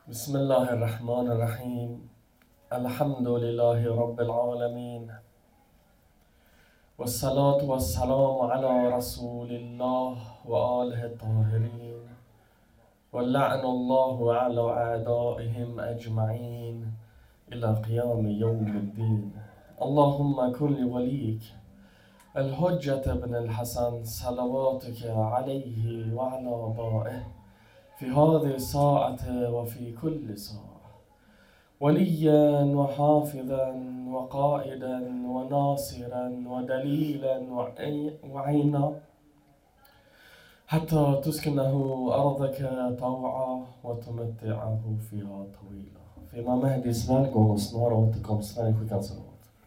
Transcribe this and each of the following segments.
بسم الله الرحمن الرحيم الحمد لله رب العالمين والصلاة والسلام على رسول الله وآله الطاهرين واللعن الله على أعدائهم أجمعين إلى قيام يوم الدين. اللهم كن لوليك الحجة بن الحسن صلواتك عليه وعلى آبائه في هذه الساعة وفي كل ساعة وليا وحافظا وقائدا وناصرا ودليلا وعينا حتى تسكنه أرضك طوعا وتمتعه فيها طويلا. För Imam Mahdis välgång och snara återkomst när ni skickar salat.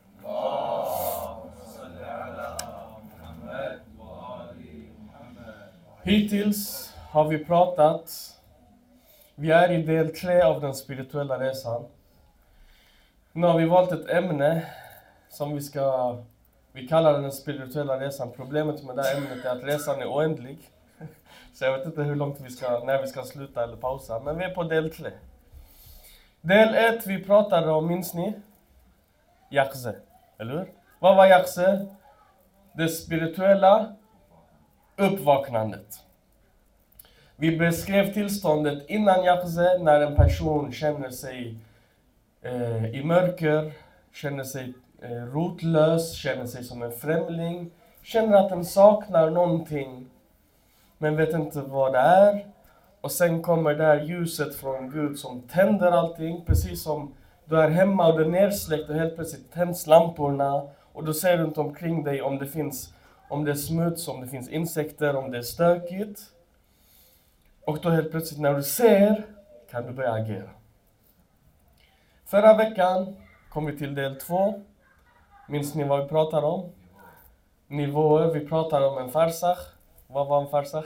Hittills har vi pratat, vi är i del 3 av den spirituella resan. Nu har vi valt ett ämne som vi kallar den spirituella resan. Problemet med det här ämnet är att resan är oändlig. Så jag vet inte när vi ska sluta eller pausa, men vi är på del 3. Del 1 vi pratade om, minns ni? Yaqze, eller hur? Vad var Yaqze? Det spirituella uppvaknandet. Vi beskrev tillståndet innan Yaqze, när en person känner sig i mörker, känner sig rotlös, känner sig som en främling, känner att den saknar någonting men vet inte vad det är. Och sen kommer där ljuset från Gud som tänder allting, precis som du är hemma och du är nersläckt och helt plötsligt tänds lamporna och du ser runt omkring dig om det är smuts, om det finns insekter, om det är stökigt. Och då helt plötsligt när du ser kan du börja agera. Förra veckan kom vi till del 2. Minns ni vad vi pratade om? Nivåer. Vi pratade om en farsakh. Vad var en farsakh?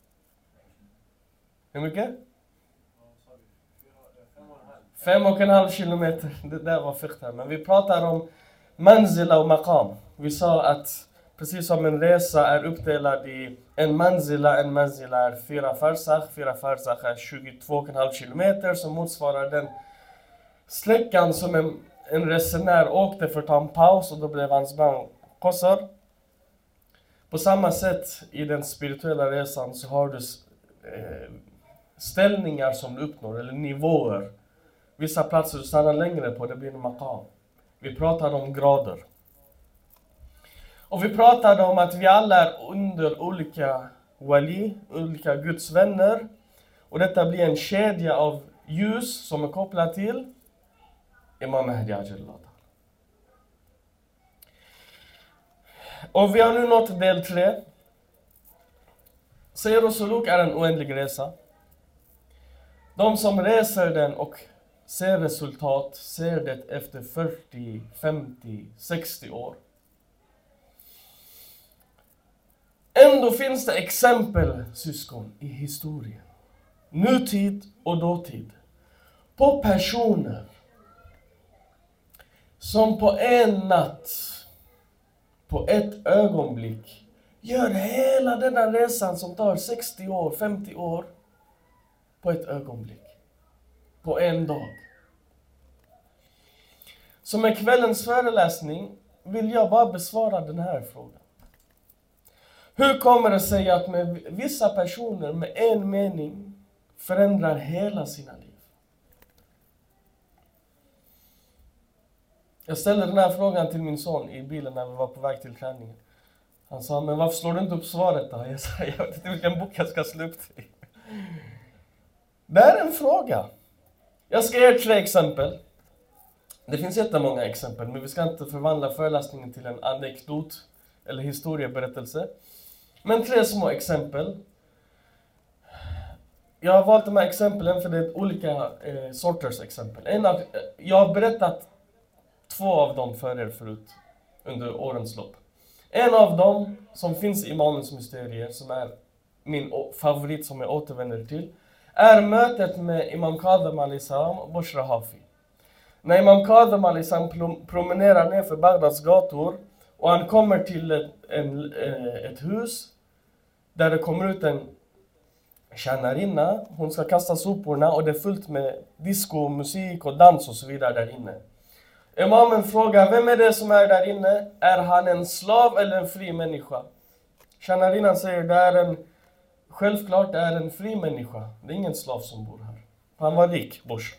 Hur mycket? 5,5 kilometer. Det där var fiqh här. Men vi pratade om manzila och maqam. Vi sa att precis som en resa är uppdelad i en manzila är 4 farsakh. 4 farsakh är 22,5 kilometer som motsvarar den sträckan som en resenär åkte för att ta en paus och då blev hans barn qasr. På samma sätt i den spirituella resan så har du ställningar som du uppnår, eller nivåer. Vissa platser du stannar längre på, det blir en maqam. Vi pratade om grader. Och vi pratade om att vi alla är under olika wali, olika Guds vänner. Och detta blir en kedja av ljus som är kopplad till Imam Mahdi Ajallah. Och vi har nu nått del 3. Sayr och suluk är en oändlig resa. De som reser den och ser resultat, ser det efter 40, 50, 60 år. Ändå finns det exempel, syskon, i historien, nutid och dåtid, på personer som på en natt, på ett ögonblick, gör hela denna resan som tar 60 år, 50 år, på ett ögonblick, på en dag. Så med kvällens föreläsning vill jag bara besvara den här frågan. Hur kommer det sig att med vissa personer med en mening förändrar hela sina liv? Jag ställde den här frågan till min son i bilen när vi var på väg till träningen. Han sa, men varför slår du inte upp svaret då? Jag sa, jag vet inte vilken bok jag ska slå upp till. Det är en fråga. Jag ska ge 3 exempel. Det finns jättemånga exempel, men vi ska inte förvandla föreläsningen till en anekdot eller historieberättelse. Men 3 små exempel. Jag har valt de här exemplen för det är olika sorters exempel. Jag har berättat 2 av dem för er förut under årens lopp. En av dem som finns i Imamens mysterier, som är min favorit som jag återvänder till, är mötet med Imam Kadhim al-Islam och Bushra Hafi. När Imam Kadhim al-Islam promenerar ner för Bagdads gator och han kommer till ett hus där det kommer ut tjänarinna, hon ska kasta soporna och det är fullt med disco, musik och dans och så vidare där inne. Imamen frågar, vem är det som är där inne? Är han en slav eller en fri människa? Tjänarinnan säger, självklart det är en fri människa. Det är ingen slav som bor här. Han var rik, Bush.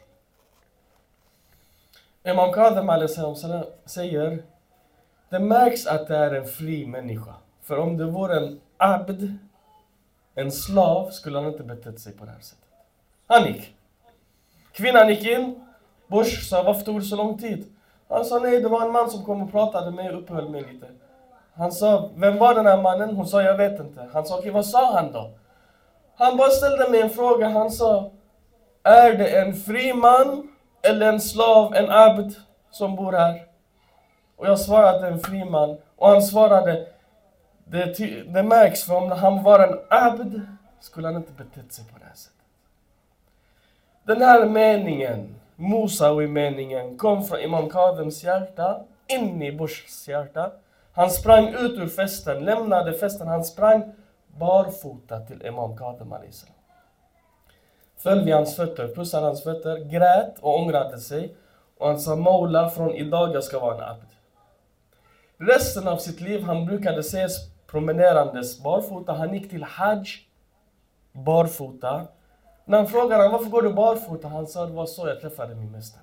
Imam Kadhem a.s. säger, det märks att det är en fri människa. För om det vore en abd, en slav, skulle han inte betett sig på det här sättet. Han gick. Kvinnan gick in. Bush sa, varför tog det så lång tid? Han sa, nej, det var en man som kom och pratade med och uppehöll mig lite. Han sa, vem var den här mannen? Hon sa, jag vet inte. Han sa, okej, vad sa han då? Han bara ställde mig en fråga. Han sa, är det en fri man eller en slav, en abd som bor här? Och jag svarade, en fri man. Och han svarade, det märks, för om han var en abd skulle han inte betett sig på det här sättet. Den här meningen, Musawi-meningen, kom från Imam Kadhems hjärta in i Bushs hjärta. Han sprang ut ur festen, lämnade festen, han sprang barfota till Imam Kadhem a.s. Föll vid hans fötter, pussade hans fötter, grät och ångrade sig. Och han sa, Maula, från idag jag ska vara en abd. Resten av sitt liv, han brukade ses promenerandes barfota. Han gick till Hajj barfota. När han frågade varför går du barfota? Han sa, det var så jag träffade min mästare.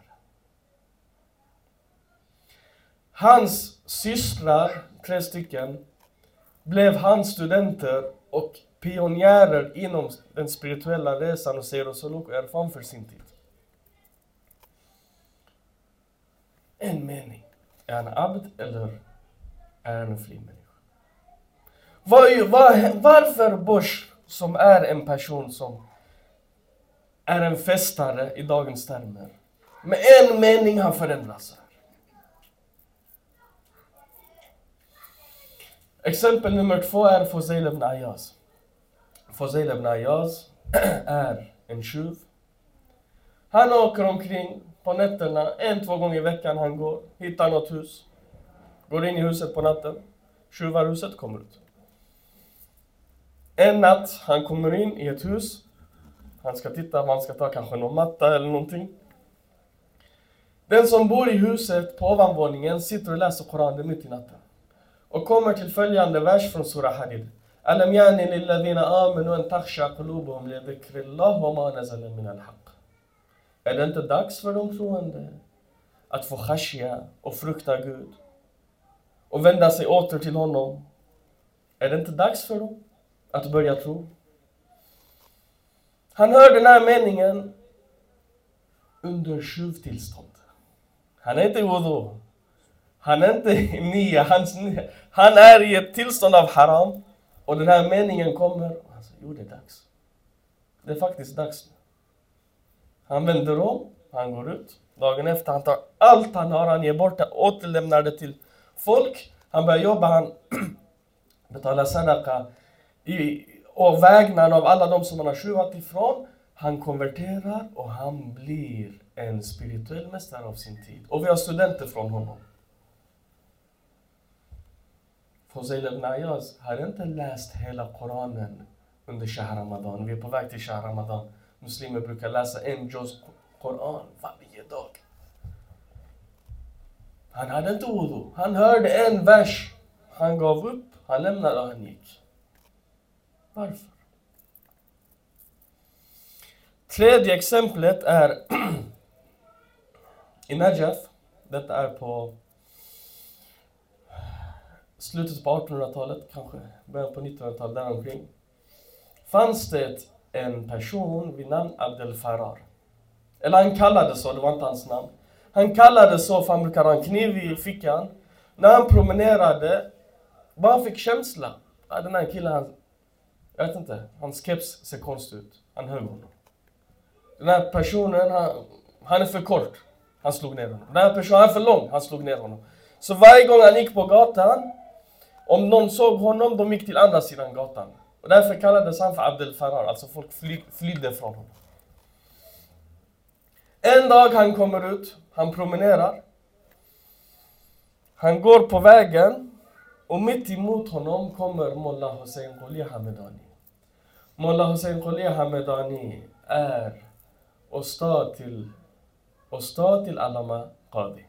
Hans systrar, 3 stycken, blev hans studenter och pionjärer inom den spirituella resan och Seir och Suluk och Irfan för sin tid. En mening. Är han abd eller är han en fri människa? Varför Bush, som är en person som är en festare i dagens termer, med en mening har förändrats? Exempel nummer 2 är Fuzail ibn Ayaz. Fuzail ibn Ayaz är en tjuv. Han åker omkring på nätterna, 1-2 gånger i veckan han går, hittar något hus, går in i huset på natten, tjuvar huset, kommer ut. En natt, han kommer in i ett hus, han ska titta, man ska ta kanske någon matta eller någonting. Den som bor i huset på ovanvåningen sitter och läser Koranen mitt i natten. Och kommer till följande vers från Surah Hadid. Alam yani lilladhina amanu an takhsha qulubuhum li dhikrillah wa ma nazala min al-haq. Är det inte dags för de troende att få khashya och frukta Gud och vända sig åter till honom? Är det inte dags för dem att börja tro? Han hör den här meningen under tjuvtillstånd. Han är inte i wudu. Han är inte i nia. Han är i ett tillstånd av haram. Och den här meningen kommer. Alltså, jo, det är dags. Det är faktiskt dags. Han vänder om. Han går ut. Dagen efter han tar allt han har. Han ger bort det. Återlämnar det till folk. Han börjar jobba. Han betalar sadaqa. Och vägnar av alla de som han har tjuvat ifrån. Han konverterar och han blir en spirituell mästare av sin tid. Och vi har studenter från honom. Fuzail ibn Ayaz har inte läst hela Koranen under Shahr Ramadan. Vi är på väg till Shahr Ramadan. Muslimer brukar läsa en juz Koran varje dag. Han hade inte wudu. Han hörde en vers. Han gav upp. Han lämnade och han gick. Varför? Tredje exemplet är i Najaf. Detta är på slutet på 1800-talet, kanske början på 1900-talet, däromkring. Fanns det en person vid namn Abdel Farrar. Eller han kallade så, det var inte hans namn. Han kallade så för han brukade ha en kniv i fickan. När han promenerade, bara han fick känsla. Den här killen, jag vet inte, hans keps ser konstigt ut. Han högg honom. Den här personen, han är för kort. Han slog ner honom. Den här personen, han är för lång. Han slog ner honom. Så varje gång han gick på gatan, om någon såg honom, de gick till andra sidan gatan. Och därför kallades han för Abdel Farrar. Alltså folk flydde från honom. En dag han kommer ut, han promenerar. Han går på vägen och mitt emot honom kommer Mullah Hussein Qoli Hamedani. Mullah Hussein Qoli Hamedani är Ustad till Allama Qadi.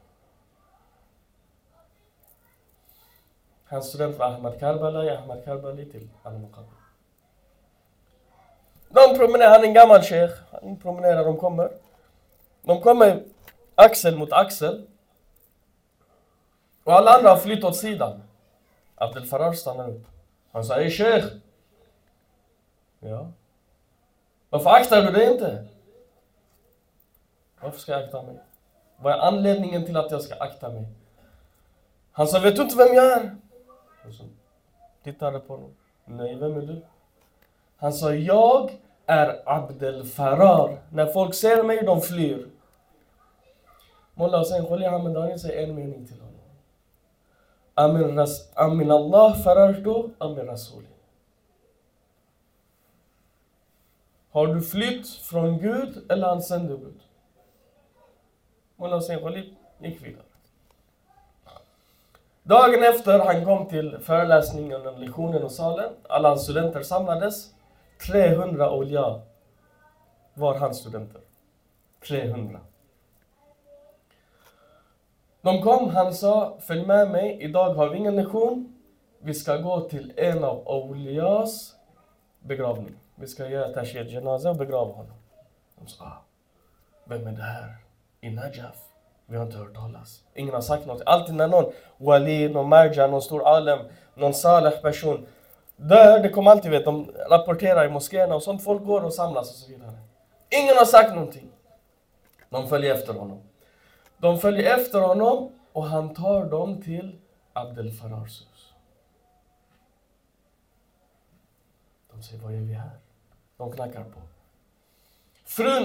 Hans student var Ahmad Karbali till Allama Qadi. De promenerar, han är en gammal sheikh. Han promenerar, de kommer axel mot axel. Och alla andra har flytt åt sidan. Abdel Farar stannar upp. Han sa, sheikh. Ja. Varför aktar du dig inte? Varför ska jag akta mig? Vad är anledningen till att jag ska akta mig? Han sa, vet du inte vem jag är? Och så tittade på honom. Nej, vem är du? Han sa, jag är Abdel Farar. När folk ser mig, de flyr. Mullah Hussein Qoli Hamedani säger en mening till honom. Amin Allah farartu, amin Rasuli. Har du flytt från Gud eller han sände Gud? Mullah Hussein Qoli gick vidare. Dagen efter han kom till föreläsningen och lektionen och salen. Alla hans studenter samlades. 300 olja var hans studenter. 300. De kom, han sa, följ med mig, idag har vi ingen lektion. Vi ska gå till en av Awliyas begravning. Vi ska göra Tashiyat Janaza och begrava honom. De sa, vem är det här? I Najaf. Vi har inte hört talas. Ingen har sagt något. Alltid när någon wali, någon marja, någon stor alem, någon salih person dör, det kommer alltid vet, de rapporterar i moskéerna och sånt. Folk går och samlas och så vidare. Ingen har sagt någonting. De följer efter honom och han tar dem till Abdel Farars hus. De säger, vad är vi här? De knackar på. Frun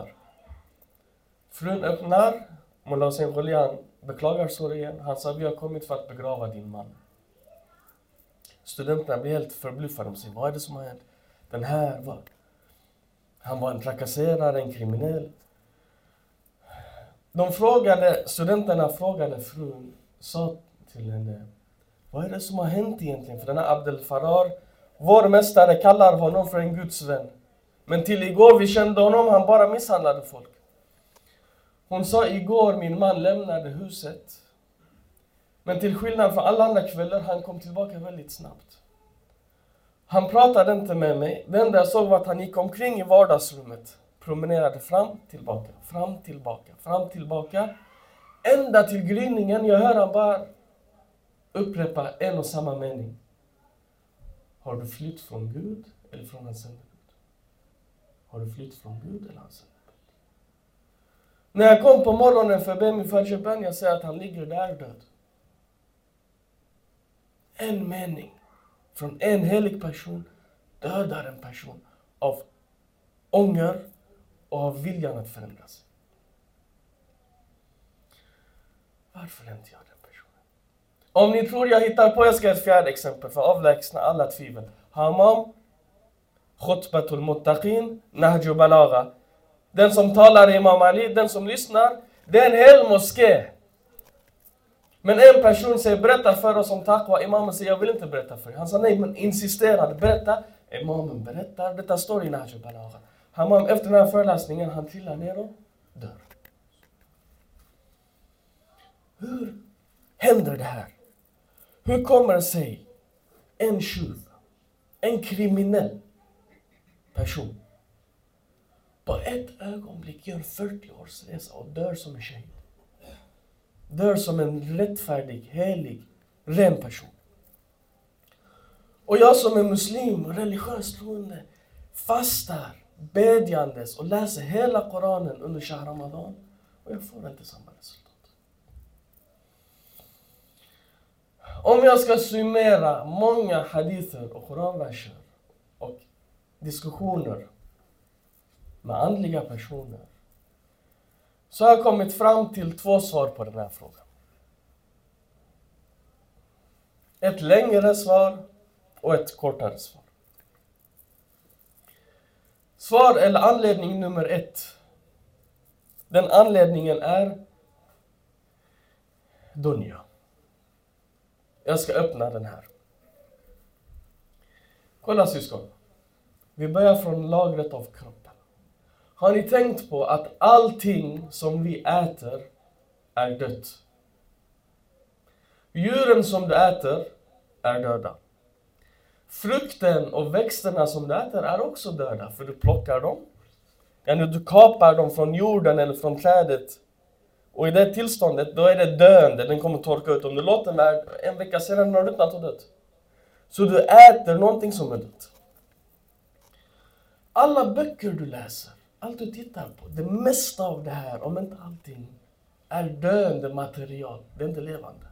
öppnar. Mullah Hussein Qoli, han beklagar sorgen. Han sa, vi har kommit för att begrava din man. Studenterna blir helt förbluffade. De säger, vad är det som har hänt? Den här var... Han var en trakasserare, en kriminell. Studenterna frågade frun, sa till henne, vad är det som har hänt egentligen? För den här Abdel Farar, vår mästare kallar honom för en Guds vän. Men till igår vi kände honom, han bara misshandlade folk. Hon sa, igår min man lämnade huset. Men till skillnad från alla andra kvällar, han kom tillbaka väldigt snabbt. Han pratade inte med mig. Det enda jag såg var att han gick omkring i vardagsrummet. Promenerade fram, tillbaka. Ända till gryningen, jag hör han bara upprepa en och samma mening. Har du flytt från Gud eller från hans sände Gud? Har du flytt från Gud eller hans sände Gud? När jag kom på morgonen för att be min fajrbön, jag säger att han ligger där död. En mening från en helig person dödar en person av ånger och av viljan att förändras. Varför inte jag den personen? Om ni tror jag hittar på, jag ska ett fjärde exempel för att avlägsna alla tvivel. Hammam, Khutbatul Muttaqin, Nahju Balagha. Den som talar är Imam Ali, den som lyssnar, det är en hel moské. Men en person säger, berätta för oss om taqwa. Imamen säger, jag vill inte berätta för dig. Han sa, nej, men insisterade, berätta. Imamen berättar, detta står i Nahju Balagha. Hammam, efter den här föreläsningen, han trillar ner och dör. Hur händer det här? Hur kommer det sig en tjuv, en kriminell person på ett ögonblick gör 40 års resa och dör som en tjej? Dör som en rättfärdig, helig, ren person. Och jag som är muslim, religiös troende, fastar, bedjandes och läser hela Koranen under Shahr Ramadan. Och jag får inte samma resultat. Om jag ska summera många hadither och koranverser och diskussioner med andliga personer, så har jag kommit fram till 2 svar på den här frågan. Ett längre svar och ett kortare svar. Svar eller anledning nummer 1. Den anledningen är dunya. Jag ska öppna den här. Kolla syskon. Vi börjar från lagret av kroppen. Har ni tänkt på att allting som vi äter är dött? Djuren som du äter är döda. Frukten och växterna som du äter är också döda, för du plockar dem. När du kapar dem från jorden eller från trädet. Och i det tillståndet, då är det döende. Den kommer torka ut. Om du låter den en vecka sedan har du ruttnat och dött. Så du äter någonting som är dött. Alla böcker du läser, allt du tittar på, det mesta av det här, om inte allting, är döende material. Det är inte levande.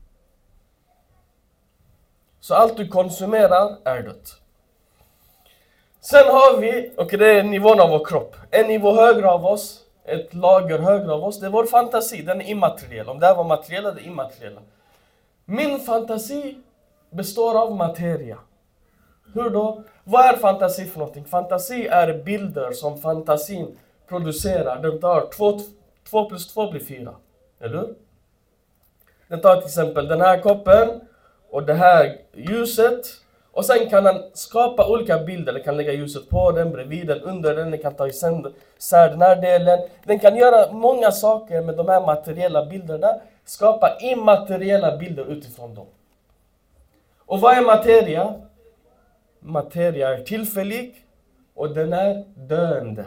Så allt du konsumerar är dött. Sen har vi, och det är nivån av vår kropp. En nivå högre av oss, ett lager högre av oss, det är vår fantasi, den är immateriell. Om det här var materiella, det är immateriella. Min fantasi består av materia. Hur då? Vad är fantasi för någonting? Fantasi är bilder som fantasin producerar. Den tar 2 plus 2 blir 4. Eller hur? Den tar till exempel den här koppen och det här ljuset. Och sen kan den skapa olika bilder. Den kan lägga ljuset på den, bredvid den, under den. Den kan ta isär den här delen. Den kan göra många saker med de här materiella bilderna. Skapa immateriella bilder utifrån dem. Och vad är materia? Materia är tillfällig och den är döende.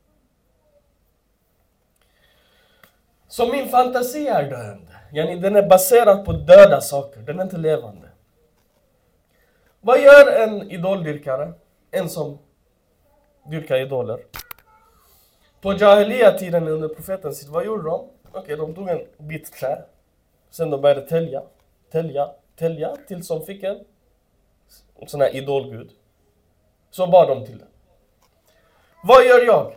Så min fantasi är döende. Den är baserad på döda saker. Den är inte levande. Vad gör en idoldyrkare? En som dyrkar idoler. På Jahiliya-tiden under profetens tid, vad gjorde de? De tog en bit trä. Sen de började tälja tills de fick en sån här idolgud. Så bad de till den. Vad gör jag?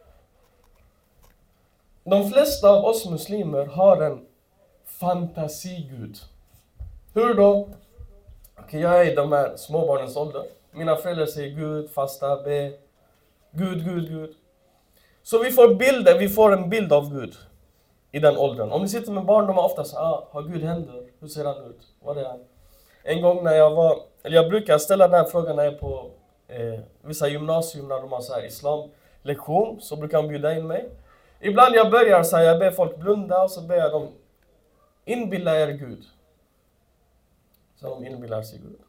De flesta av oss muslimer har en fantasigud. Hur då? Jag är i de här småbarnens ålder. Mina föräldrar säger Gud, fasta, be. Gud. Så vi får en bild av Gud i den åldern. Om vi sitter med barn, de har ofta så har Gud händer? Hur ser han ut? Vad är han? En gång när jag brukar ställa den här frågan när jag är på vissa gymnasium när de har så här islamlektion, så brukar de bjuda in mig. Ibland jag börjar så här, jag ber folk blunda och så ber jag dem inbilla er Gud. Så de inbillar sig Gud.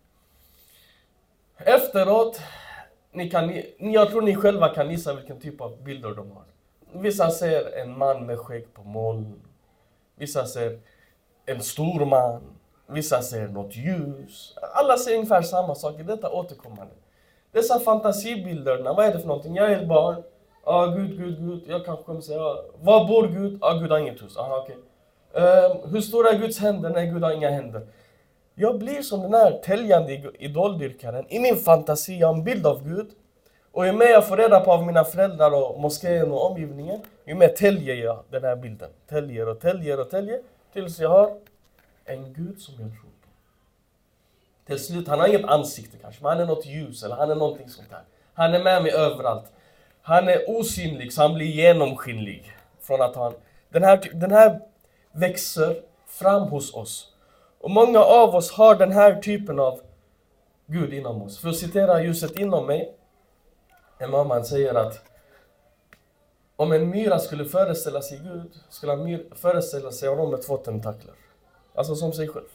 Efteråt, jag tror ni själva kan gissa vilken typ av bilder de har. Vissa ser en man med skägg på moln. Vissa ser en stor man. Vissa ser något ljus. Alla ser ungefär samma sak. I detta återkommande. Dessa fantasibilderna, vad är det för någonting? Jag är ett barn. Gud. Jag kanske kommer säga, var bor Gud? Gud har inget hus. Hur stora är Guds händer? Nej, Gud har inga händer. Jag blir som den här täljande idoldyrkaren. I min fantasi jag har en bild av Gud. Och ju mer jag får reda på av mina föräldrar och moskén och omgivningen, ju mer täljer jag den här bilden. Täljer. Tills jag har en Gud som jag tror på. Till slut, han har inget ansikte kanske, men han är något ljus eller han är någonting sånt där. Han är med mig överallt. Han är osynlig så han blir genomskinlig. Från att den här växer fram hos oss. Och många av oss har den här typen av Gud inom oss. För att citera ljuset inom mig. En mamma säger att om en myra skulle föreställa sig Gud, skulle han föreställa sig honom med 2 tentakler. Alltså som sig själv.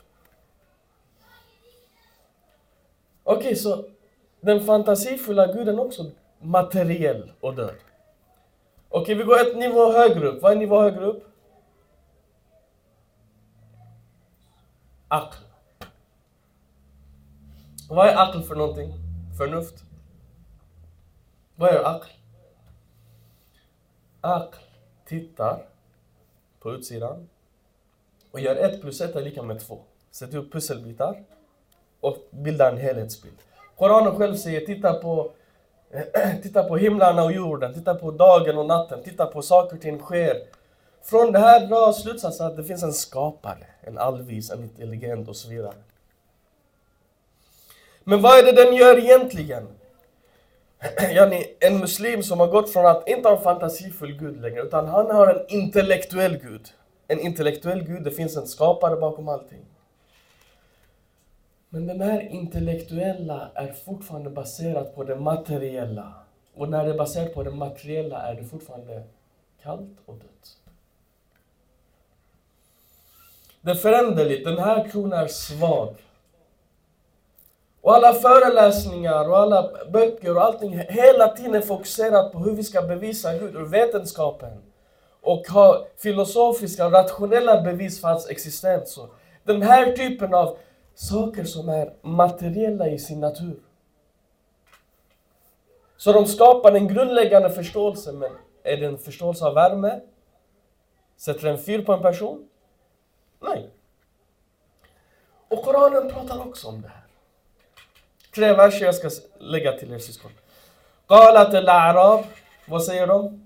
Så den fantasifulla guden också materiell och död. Vi går ett nivå högre upp. Vad är nivå högre upp? Aql. Vad är aql för någonting? Förnuft. Vad är aql? Aql tittar på utsidan och gör 1 plus 1 är lika med 2. Sätter upp pusselbitar och bildar en helhetsbild. Koranen själv säger titta på himlarna och jorden, titta på dagen och natten, titta på saker och ting sker. Från det här drar slutsatsen att det finns en skapare, en allvis, en intelligent och så vidare. Men vad är det den gör egentligen? En muslim som har gått från att inte ha en fantasifull Gud längre, utan han har en intellektuell Gud. En intellektuell Gud, det finns en skapare bakom allting. Men den här intellektuella är fortfarande baserat på det materiella. Och när det är baserat på det materiella är det fortfarande kallt och dött. Det är föränderligt. Den här tron är svag. Och alla föreläsningar och alla böcker och allting hela tiden är fokuserat på hur vi ska bevisa Gud ur vetenskapen. Och ha filosofiska och rationella bevis för hans existens. Så den här typen av saker som är materiella i sin natur. Så de skapar en grundläggande förståelse, men är det en förståelse av värme? Sätter en fyr på en person? Nej. Och Koranen pratar också om det här. 3 verser jag ska lägga till er syskon. Qalat al-a'rab, vad säger de?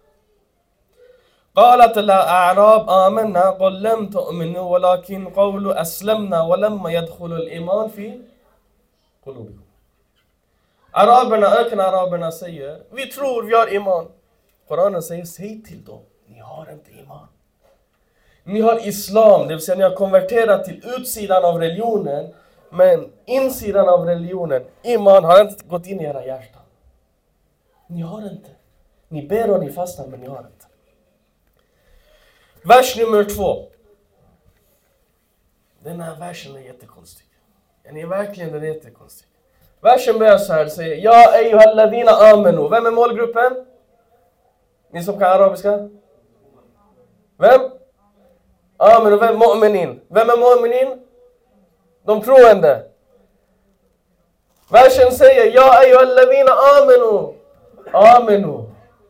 قالت الأعراب آمنا قل لم تؤمنوا ولكن قولوا أسلمنا ولما يدخل الإيمان في قلوبكم. Araberna säger, vi tror, vi har iman. Koranen säger, säg till dem, ni har inte iman. Ni har islam, det vill säga ni har konverterat till utsidan av religionen. Men insidan av religionen, iman har inte gått in i era hjärtan. Ni har inte. Ni ber och ni fastar, men ni har inte. Vers nummer 2. Den här versen är jättekonstig. Den är verkligen jättekonstig. Versen börjar så här, säger ja ayyuhalladhina amanu. Vem är målgruppen? Ni som kan arabiska? Vem? Amanu, vem? Mu'minin. Vem är mu'minin? De troende. Versen säger ja ayyuhalladhina amanu. Amanu.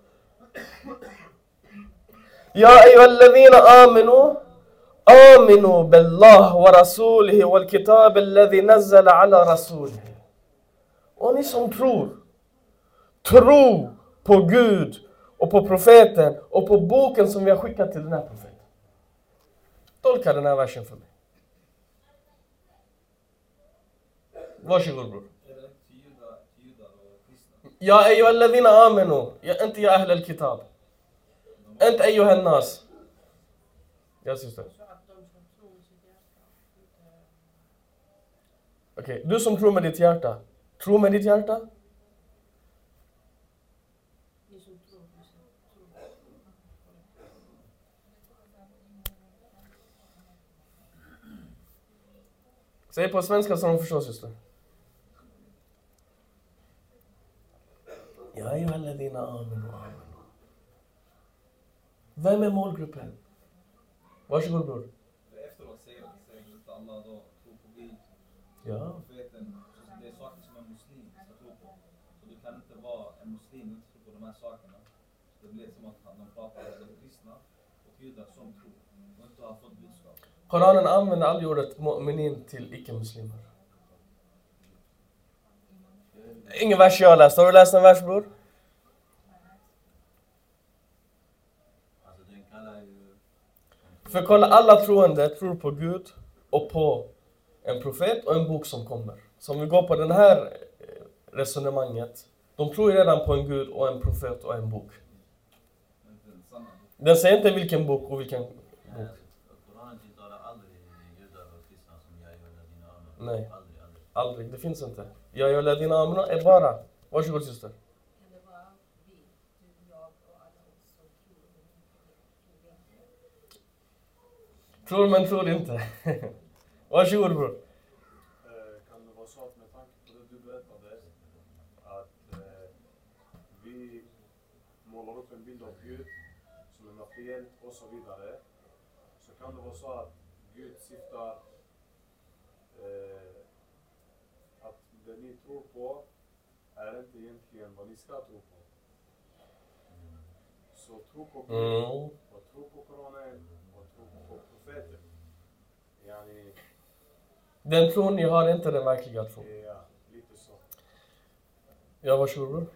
يا أيها الذين آمنوا آمنوا بالله ورسوله والكتاب الذي نزل على رسوله. Och ni som tror, tro på Gud och på profeten och på boken som vi har skickat till den här profeten. Tolka den här versen för mig. Varsågod bror. Ja أيها الذين آمنوا. Inte ya أهل الكتاب. أنت أيها الناس. Ja, syster. Okej, du som tror med ditt hjärta. Tro med ditt hjärta. Säg på svenska som de förstår, syster. Ja, ayyuhalladhina amanu. Vem är målgruppen? Varsågod bror. Efteråt säger att alla då tror på Gud. Ja. Profeten, det är saker som en muslim ska tro på. Så du kan inte vara en muslim och inte tro på de här sakerna. Det blir som att de pratar om de kristna och judar som tror. Och inte har fått budskap. Koranen använder aldrig ordet mu'minin till icke-muslimer. Ingen vers jag har läst. Har du läst en vers bror? För kolla, alla troende tror på Gud och på en profet och en bok som kommer. Så om vi går på den här resonemanget. De tror ju redan på en Gud och en profet och en bok. Den säger inte vilken bok och vilken bok. Koranen tilltalar aldrig judar och kristna som jag gör ladina amanu. Nej, aldrig. Det finns inte. Jag gör ladina amanu är bara. Varsågod syster. Tror men tror inte. Varsågod bror. Kan det vara så att med tanke på det du berättade att vi målar upp en bild av Gud som är materiellt och så vidare, så kan det vara så att Gud syftar att det ni tror på är inte egentligen vad ni ska tro på. Så tro på Gud och tro på Koranen och tro på profeten. Yani, Den tron ni har inte den verkliga tron. ja, lite så. Ja, varsågod bror.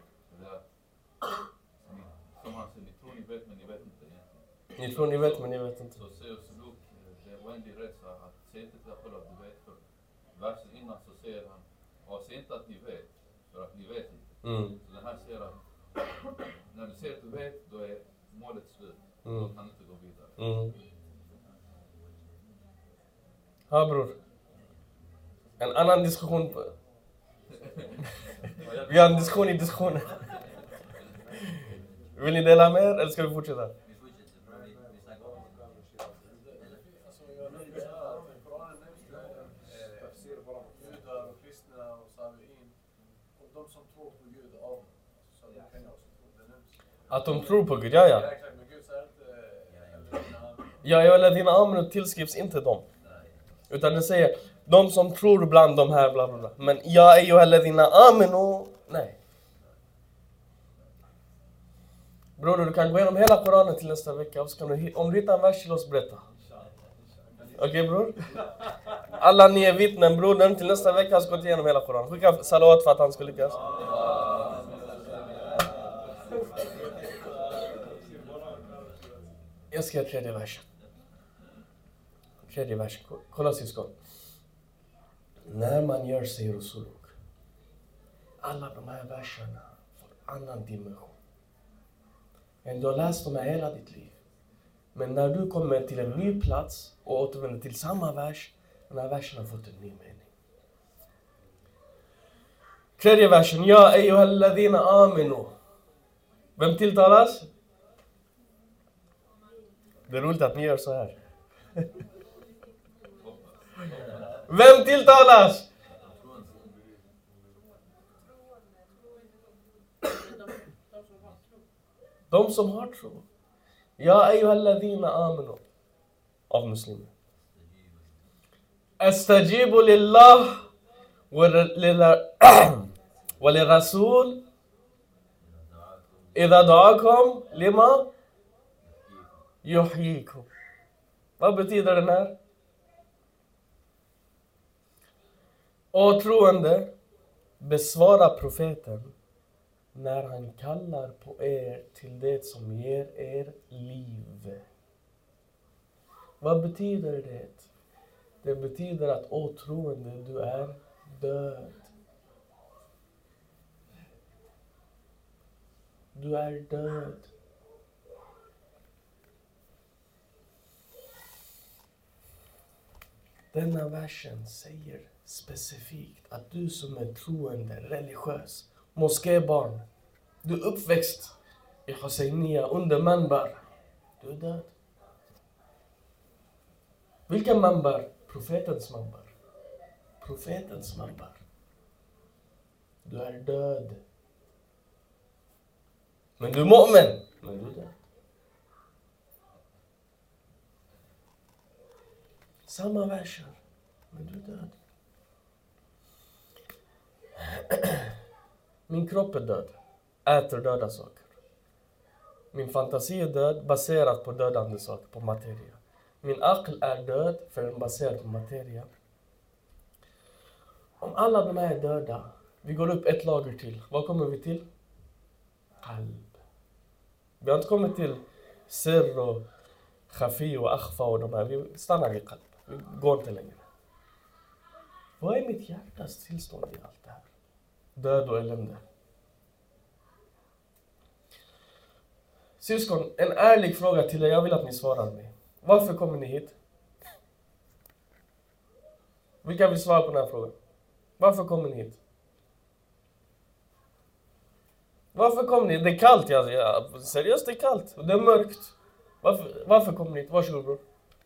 Som han säger, ni tror ni vet men ni vet inte egentligen. Ni tror ni vet men ni vet inte. Så säger Suluk, det är oändlig rätt att säg inte till dig själv att du vet. För versen innan så säger han, och säg inte att ni vet, för att ni vet inte. Så den här säger att när du säger att du vet, då är målet slut. Då kan du inte gå vidare. Ja bror. En annan diskussion. Vi har en diskussion i diskussionen. Vill ni dela med er eller ska vi fortsätta? Vi fortsätter, bra. Vi snackar om det. Alltså, jag nämnde så här att Koranen nämns tafsir bara mot judar och kristna och sabiin. Och de som tror på Gud av dem. Så det kan jag också tro, det nämns. Att de tror på Gud, ja. Ja, exakt, men Gud säger inte... Ja, jag eller dina amenu tillskrivs inte dem. Utan det säger, de som tror bland de här, bla bla bla. Men jag är ju eller dina amenu, nej. Broder, du kan gå igenom hela Koranen till nästa vecka. Och så kan du, om du hittar en vers till oss, berätta. Okej, bror? Alla ni är vittnen, brodern. Till nästa vecka har jag gått igenom hela Koranen. Skicka salawat för att han ska lyckas. Jag ska göra tredje versen. Tredje versen. Kolla syskon. När man gör sig rusuluk. Alla de här verserna får annan dimension. Men du har läst dem hela ditt liv. Men när du kommer till en ny plats och återvänder till samma vers, den här versen har fått en ny mening. Tredje versen. Ja, eyyuhalladhina aminu. Vem tilltalas? Det är roligt att ni gör så här. Vem tilltalas? De som har tro. Ja, eyyuhalladhina aminu. Av muslimer. Astajibu lillah wa lirasul idha da'akum lima yuhyikum. Vad betyder den här? Och troende, besvara profeten när han kallar på er till det som ger er liv. Vad betyder det? Det betyder att, å troende, du är död. Du är död. Denna versen säger specifikt att du som är troende, religiös, moskébarn, du är uppväxt i Husaynia under manbar. Du är död. Vilken manbar? Profetens manbar. Profetens manbar. Du är död. Men du är mu'min. Men du är död. Samma verser. Men du är död. Min kropp är död. Äter döda saker. Min fantasi är död baserat på dödande saker, på materia. Min aql är död för den baserad på materia. Om alla de här är döda, vi går upp ett lager till. Vad kommer vi till? Qalb. Vi har inte kommit till sirr och khafi och akhfa och de här. Vi stannar vid qalb. Vi går inte längre. Vad är mitt hjärtas tillstånd i allt det här? Död och elände. Syskon, en ärlig fråga till er. Jag vill att ni svarar mig. Varför kommer ni hit? Vilka vill svara på den här frågan? Varför kommer ni hit? Varför kommer ni hit? Det är kallt. Ja, seriöst, det är kallt. Och det är mörkt. Varför kommer ni hit? Varsågod, bror.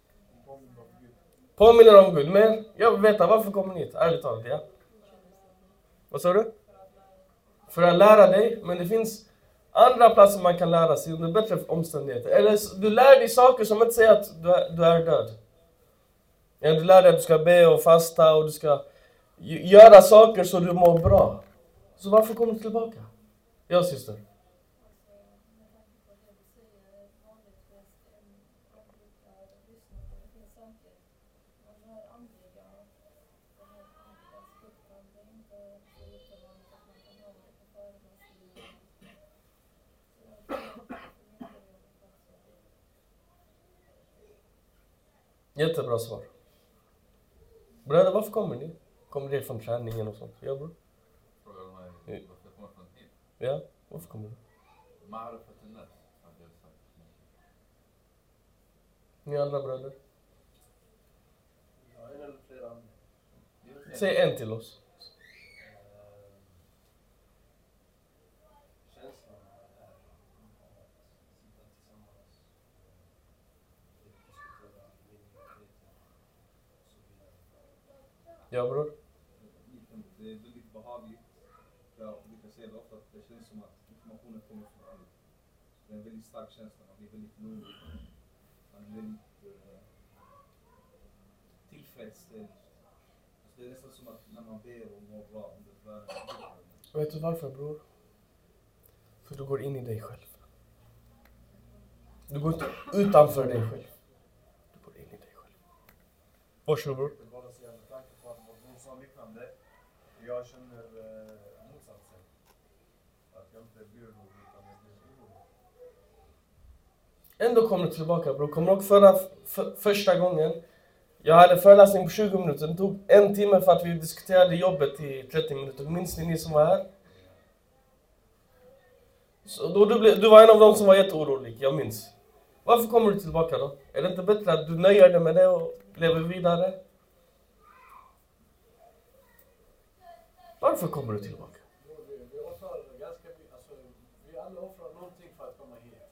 Påminner om Gud. Men jag vill veta, varför kommer ni hit? Ärligt talat, ja. Vad sa du? För att lära dig. Men det finns andra platser man kan lära sig under bättre omständigheter. Eller du lär dig saker som inte säger att du är död. Ja, du lär dig att du ska be och fasta och du ska göra saker så du mår bra. Så varför kommer du tillbaka? Ja, syster. Jättebra svar. Bröder, varför kommer ni? Kommer ni från träningen och sånt? Ja, bror. Frågar du mig varför jag kommer från hit? Ja, varför kommer du? Ma'rifat an-nas, hade jag sagt. Ni andra bröder? Ja, en eller flera andra. Säg en till oss. Känslan är att sitta tillsammans, diskutera minoriteter och så vidare. Ja, bror. Det är väldigt behagligt. Jag brukar säga det ofta att det känns som att informationen kommer från allt. Det är en väldigt stark känsla, man blir väldigt lugn. Man blir väldigt tillfredsställd. Alltså det är nästan som att när man ber och mår bra under världen. Vet du varför, bror? För du går in i dig själv. Du går inte utanför dig själv. Du går in i dig själv. Varsågod, bror. Jag vill bara säga med tanke på att hon sa liknande. Jag känner motsatsen. Att jag inte blir orolig utan jag blir orolig. Ändå kommer du tillbaka, bror. Kommer du ihåg första gången? Jag hade föreläsning på 20 minuter. Det tog 1 timme för att vi diskuterade jobbet i 30 minuter. Minns ni som var här? Så då du var en av dem som var jätteorolig, jag minns. Varför kommer du tillbaka då? Är det inte bättre att du nöjer dig med det och lever vidare? Varför kommer du tillbaka? Vi offrar ganska mycket, alltså vi alla offrar någonting för att komma hit.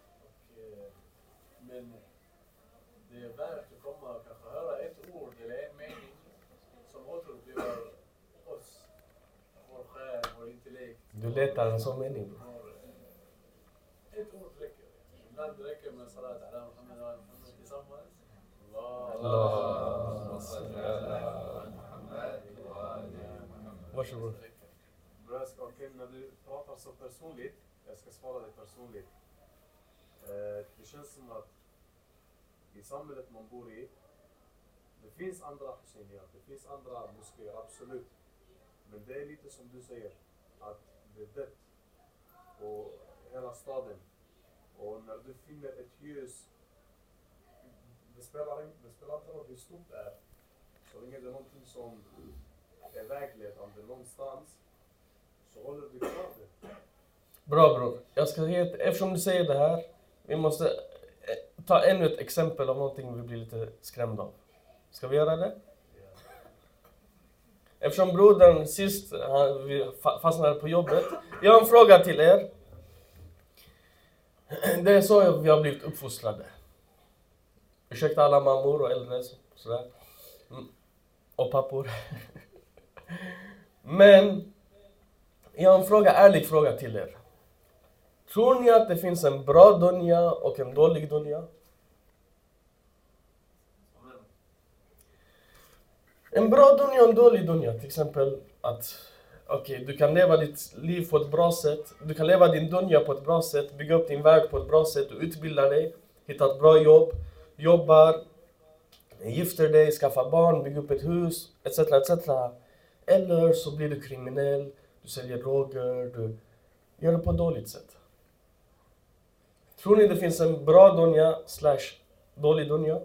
Men det är värt att komma och kanske höra ett ord eller en mening som återupplivar oss, vår själ, vår intellekt. Du letar en sån mening, bror. Ett ord räcker. Ibland räcker med salat ala Muhammad wa Muhammad tillsammans. Varsågod. Okej, när du pratar så personligt, jag ska svara dig personligt. Det känns som att i samhället man bor i, det finns andra Husseinier, det finns andra moskéer, absolut. Men det är lite som du säger, att det är dött på hela staden. Och när du finner ett ljus, det spelar inte roll hur stort det är. Så länge det är någonting som är vägledande någonstans, så håller du kvar det. Bra, bror. Jag ska eftersom du säger det här, vi måste ta ännu ett exempel av någonting vi blir lite skrämda av. Ska vi göra det? Eftersom brodern sist vi fastnade på jobbet. Jag har en fråga till er. Det är så vi har blivit uppfostrade. Ursäkta alla mammor och äldre sådär. Och pappor. Men jag har en ärlig fråga till er. Tror ni att det finns en bra dunja och en dålig dunja? En bra dunja och en dålig dunja, till exempel att du kan leva ditt liv på ett bra sätt. Du kan leva din dunja på ett bra sätt, bygga upp din väg på ett bra sätt. Du utbildar dig, hittar ett bra jobb, jobbar, gifter dig, skaffar barn, bygger upp ett hus, etc. etc. Eller så blir du kriminell, du säljer droger, du gör det på ett dåligt sätt. Tror ni det finns en bra dunja / dålig dunja?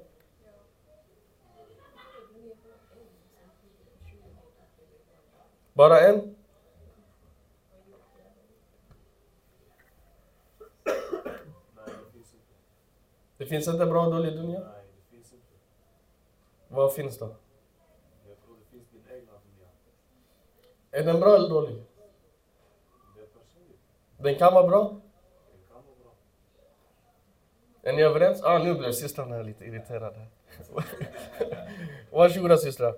Bara en? Nej, det finns inte. Det finns inte bra och dålig dunja? Nej, det finns inte. Vad finns då? Jag tror det finns din egna dunja. Är den bra eller dålig? Det är personligt. Den kan vara bra? Den kan vara bra. Är ni överens? Nu blev systrarna lite irriterade. Varsågoda systrar.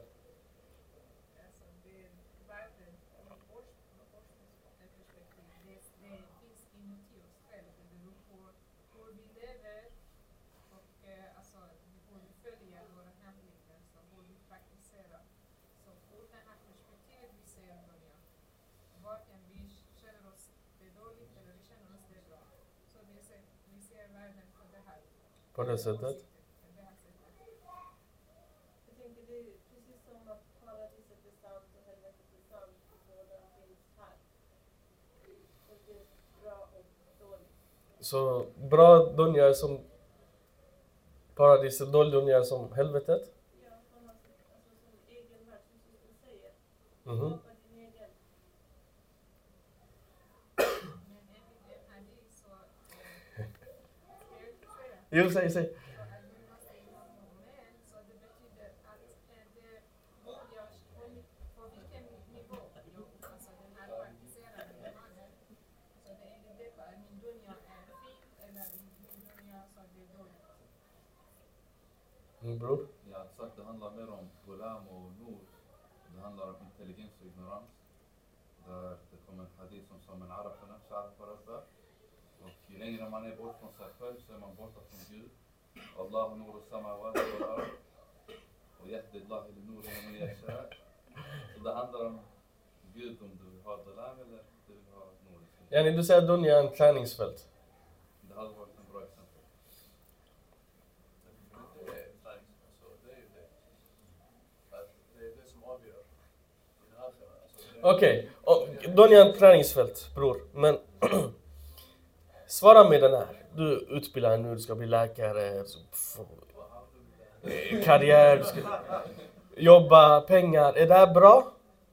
På det sättet? Jag tänker det är precis som att paradiset är sant och helvetet är sant och båda finns här. Så det är bra och dåligt. Så bra dunja är som paradiset, dålig dunja är som helvetet? Ja, man har som egen värld, som systern säger. Mhm. Skapa din egen. Jo, säg. Bror? Jag har sagt det handlar mer om Ghulam och Nur. Det handlar om intelligens och ignorans. Där det kommer en hadith som en arab för nafs, arab för rabba. Och ju längre man är bort från sig själv så är man borta från Gud. Allah nur samawat wal ard. Och yahdi Allah ila nurihi man yasha. Så det handlar om Gud, om du vill ha Ghulam eller du vill ha Nur. Yani du säger att Dunja är en träningsfält. Det hade varit en bra exempel. Det är ju det. Att det är det som avgör. I det här, alltså, Okej, Dunja är en träningsfält, bror. Men svara med den här. Du utbildar nu, du ska bli läkare, karriär, du ska jobba, pengar. Är det här bra?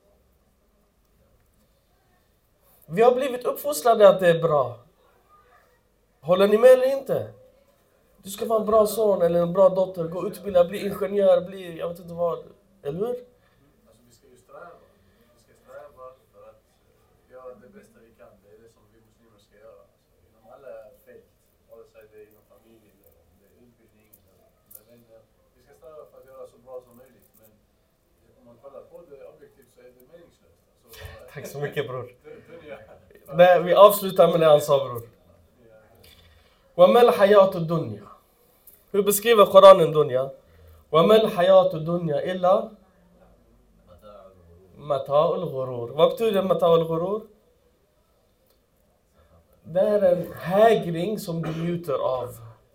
Vi har blivit uppfostrade att det är bra. Håller ni med eller inte? Du ska vara en bra son eller en bra dotter, gå och utbilda, bli ingenjör, bli, jag vet inte vad. Eller hur? alltså vi ska ju sträva. Vi ska sträva för att göra det bästa vi kan. Det är det som vi muslimer ska göra. Alltså, inom alla fält. Vare sig det är inom familj eller om det är utbildning eller med vänner. Vi ska sträva för att göra så bra som möjligt. Men om man kollar på det objektivt så är det meningslöst. Alltså, Tack så mycket, bror. Dunja. Nej, vi avslutar med det han sa, bror. وَمَا الْحَيَاةُ الدُّنْيَا. Hur beskriver Koranen Dunja? وَمَا الْحَيَاةُ الدُّنْيَا إِلَّا مَتَاعُ الْغُرُورِ. Vad betyder مَتَاعُ الْغُرُورِ? Det är en hägring som du njuter av.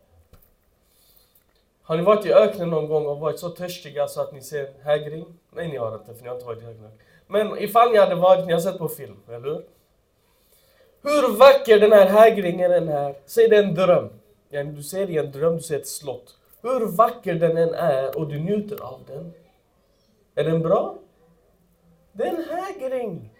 Har ni varit i öknen någon gång och varit så törstiga så att ni ser hägring? Nej, ni har inte, för ni har inte varit i öknen. Men ifall ni hade varit, ni har sett på film, eller hur? Hur vacker den här hägringen än är, säg det en dröm. Ja, du ser i en dröm, du ser ett slott. Hur vacker den än är och du njuter av den. Är den bra? Det är en hägring.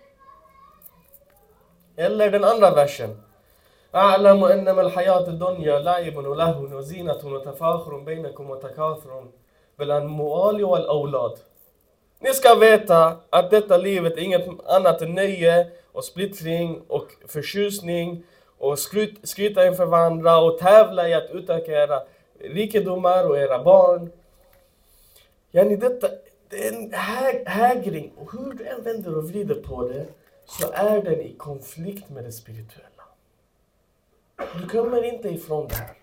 Eller den andra versen. أعلم أنما الحياة الدنيا لعب ولهو وزينة وتفاخر بينكم وتكاثر بالأموال والأولاد. Ni ska veta att detta livet är inget annat än nöje och splittring och förtjusning och skryta inför varandra och tävla i att utöka era rikedomar och era barn. Yani detta, det är en hägring, och hur du än vänder och vrider på det så är den i konflikt med det spirituella. Du kommer inte ifrån det här.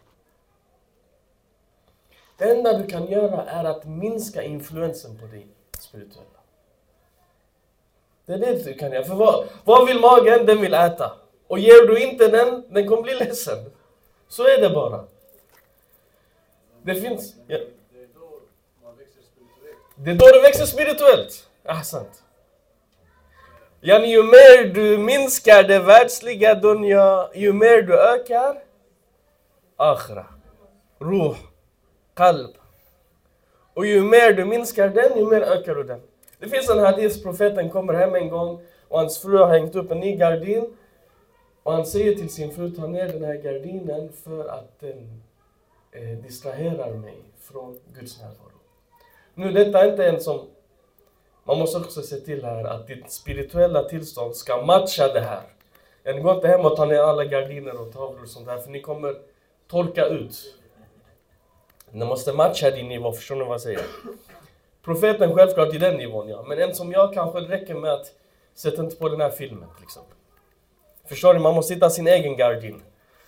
Det enda du kan göra är att minska influensen på dig spirituella. Det är det du kan göra. För vad vill magen? Den vill äta. Och ger du inte den kommer bli ledsen. Så är det bara. Det finns... Ja. Det är då man växer spirituellt. Det är då du växer spirituellt. Sant. Yani, ju mer du minskar det världsliga dunja, ju mer du ökar akhra, ruh, qalb. Och ju mer du minskar den, ju mer ökar du den. Det finns en hadith, profeten kommer hem en gång och hans fru har hängt upp en ny gardin. Och han säger till sin fru, ta ner den här gardinen för att den distraherar mig från Guds närvaro. Nu, detta är inte en som... Man måste också se till här att ditt spirituella tillstånd ska matcha det här. Jag går inte hem och tar ner alla gardiner och tavlor och sånt där, för ni kommer torka ut. Ni måste matcha din nivå, förstår ni vad jag säger? Profeten självklart i den nivån, ja. Men en som jag kanske räcker med att sätta inte på den här filmen, till exempel. Förstår ni? Man måste hitta sin egen gardin.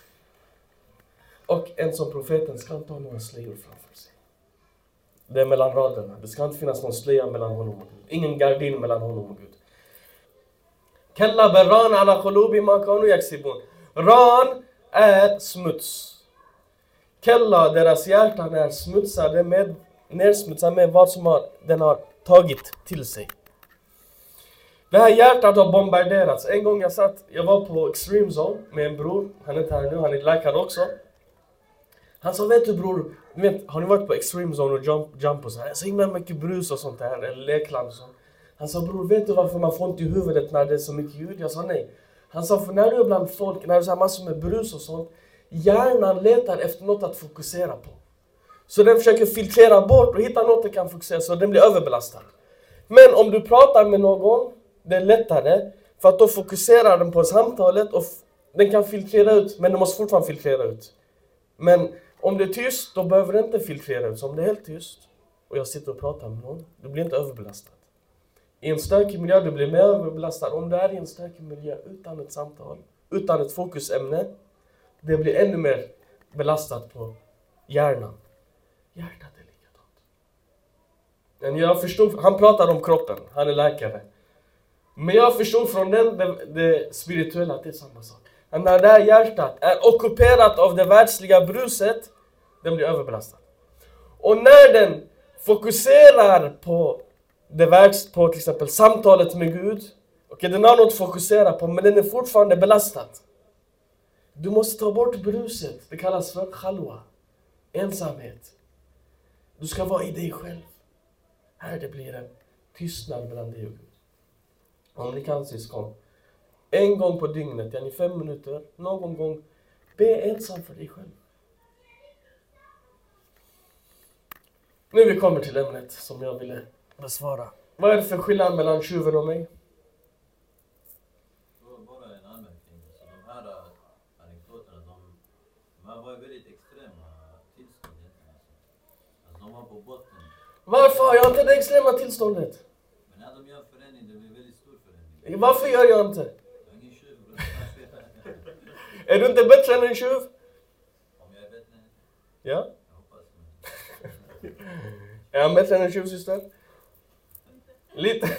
Och en som profeten ska inte ha några slöjor framför sig. Det är mellan raderna. Det ska inte finnas någon slöja mellan honom och Gud. Ingen gardin mellan honom och Gud. Kalla berran ala qulubi ma kanu yaksibun. Ran är smuts. Kalla, deras hjärtan är smutsade nedsmutsade med vad som den har tagit till sig. Det här hjärtat har bombarderats. En gång jag var på Extreme Zone med en bror. Han är inte här nu, han är läkare också. Han sa, vet du bror, har ni varit på Extreme Zone och jump och så här? Så himla mycket brus och sånt där, eller lekland och sånt. Han sa, bror, vet du varför man får ont i huvudet när det är så mycket ljud? Jag sa nej. Han sa, för när du är bland folk, när du har massor med brus och sånt, hjärnan letar efter något att fokusera på. Så den försöker filtrera bort och hitta något den kan fokusera, så den blir överbelastad. Men om du pratar med någon, det är lättare, för att då fokuserar den på samtalet och den kan filtrera ut, men den måste fortfarande filtrera ut. Men Om det är tyst, då behöver det inte filtrera ut. Så om det är helt tyst och jag sitter och pratar med någon, du blir inte överbelastad. I en stökig miljö, du blir mer överbelastad. Om du är i en stökig miljö utan ett samtal, utan ett fokusämne, det blir ännu mer belastat på hjärnan. Hjärtat är likadant. Men jag förstod, han pratar om kroppen, han är läkare. Men jag förstod från det spirituella att det är samma sak. Att när det här hjärtat är ockuperat av det världsliga bruset, den blir överbelastad. Och när den fokuserar på på till exempel samtalet med Gud, okej, den har något att fokusera på, men den är fortfarande belastad. Du måste ta bort bruset. Det kallas för khalwa. Ensamhet. Du ska vara i dig själv. Här det blir en tystnad mellan dig och Gud. Om ni kan syskon. En gång på dygnet, i 5 minuter, någon gång, be ensam för dig själv. Nu vi kommer till ämnet som jag ville besvara. Vad är det för skillnad mellan tjuven och mig? Bara en anmärkning. Så de här anekdoterna, de var väldigt extrema tillstånd. Alltså de var på botten. Varför har jag inte det extrema tillståndet? Men när de gör förändring, det blir väldigt stor förändring. Varför gör jag inte? Jag är ingen tjuv. Är du inte bättre än en tjuv? Om jag är bättre? Ja. Jag hoppas. Är han bättre än en tjuv, syster? Lite.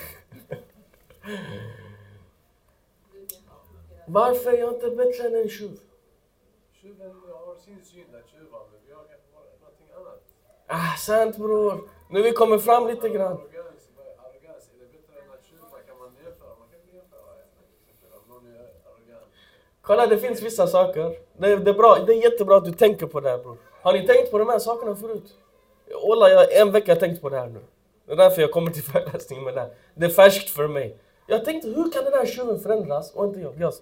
Varför är jag inte bättre än en tjuv? Tjuven har sin syn där tjuvar, men vi har någonting annat. Sant bror. Nu vi kommer fram lite grann. Arrogans, är det bättre än att tjuva? Kan man jämföra? Man kan inte jämföra. Om någon är arrogant. Kolla, det finns vissa saker. Det är bra. Det är jättebra att du tänker på det här, bror. Har ni tänkt på de här sakerna förut? Ola, jag har en vecka tänkt på det här nu. Det är därför jag kommer till föreläsningen med det här. Det är färskt för mig. Jag tänkte, hur kan den här tjuven förändras och inte jag?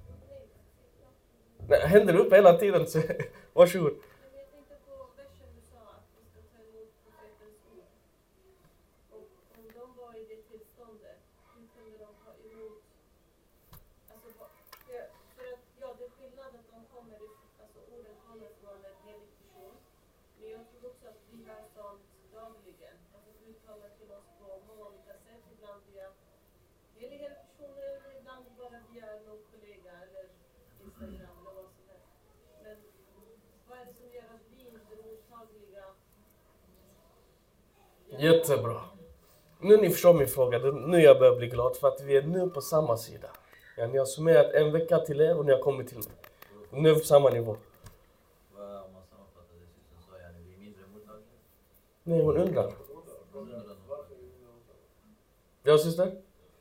Nej, händer upp hela tiden, så varsågod. Men jag tänkte på versen du sa att vi ska ta emot profetens ord. Och om de var i det tillståndet, hur kunde de ta emot? Alltså, för att ja, det är skillnad att de kommer, alltså orden kommer från en helig person. Men jag tror också att vi har sånt dagligen. Alltså Gud talar till oss på många olika sätt. Ibland via heliga personer, ibland bara via någon kollega eller Instagram eller vad som helst. Men vad är det som gör att vi inte är mottagliga? Jättebra. Nu ni förstår min fråga. Nu jag börjar bli glad för att vi är nu på samma sida. Ja, ni har summerat en vecka till er och ni har kommit till mig. Nu är vi på samma nivå. Vad om man sammanfattar det syster sa, jag blir mindre mottaglig? Nej, hon undrar. Ja, syster?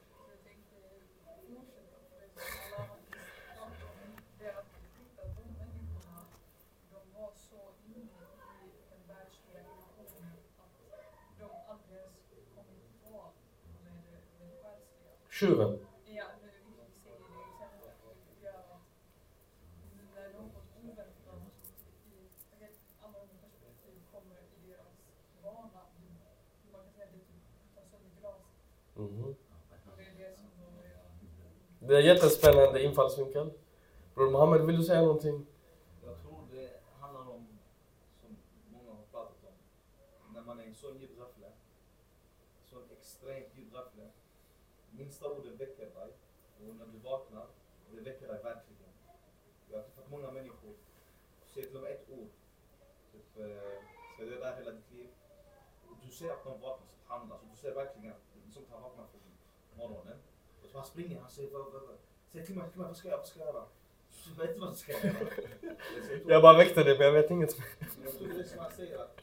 Tjuven. Ja, vi ser det exempel tycker jag att när något oväntat i ett annat perspektiv kommer i deras vana, man kan säga det typ tar sönder glas. Och det är det som då är... Det är jättespännande infallsvinkel. Bror Mohammed, vill du säga någonting? Jag tror det handlar om, som många har pratat om, när man är i en sån djup raffle, sån extremt djup raffle, minsta ordet väcker dig, och när du vaknar, och det väcker dig verkligen. Jag har träffat många människor, säger till och med ett ord, typ, ska du där hela ditt liv? Och du ser att de vaknar, alltså du ser verkligen att det är som att han vaknar från morgonen, och så han springer, han säger, säg till mig, vad ska jag göra? Jag vet inte vad du ska göra. Jag bara väckte det, men jag vet inget. Jag tror det är som han säger att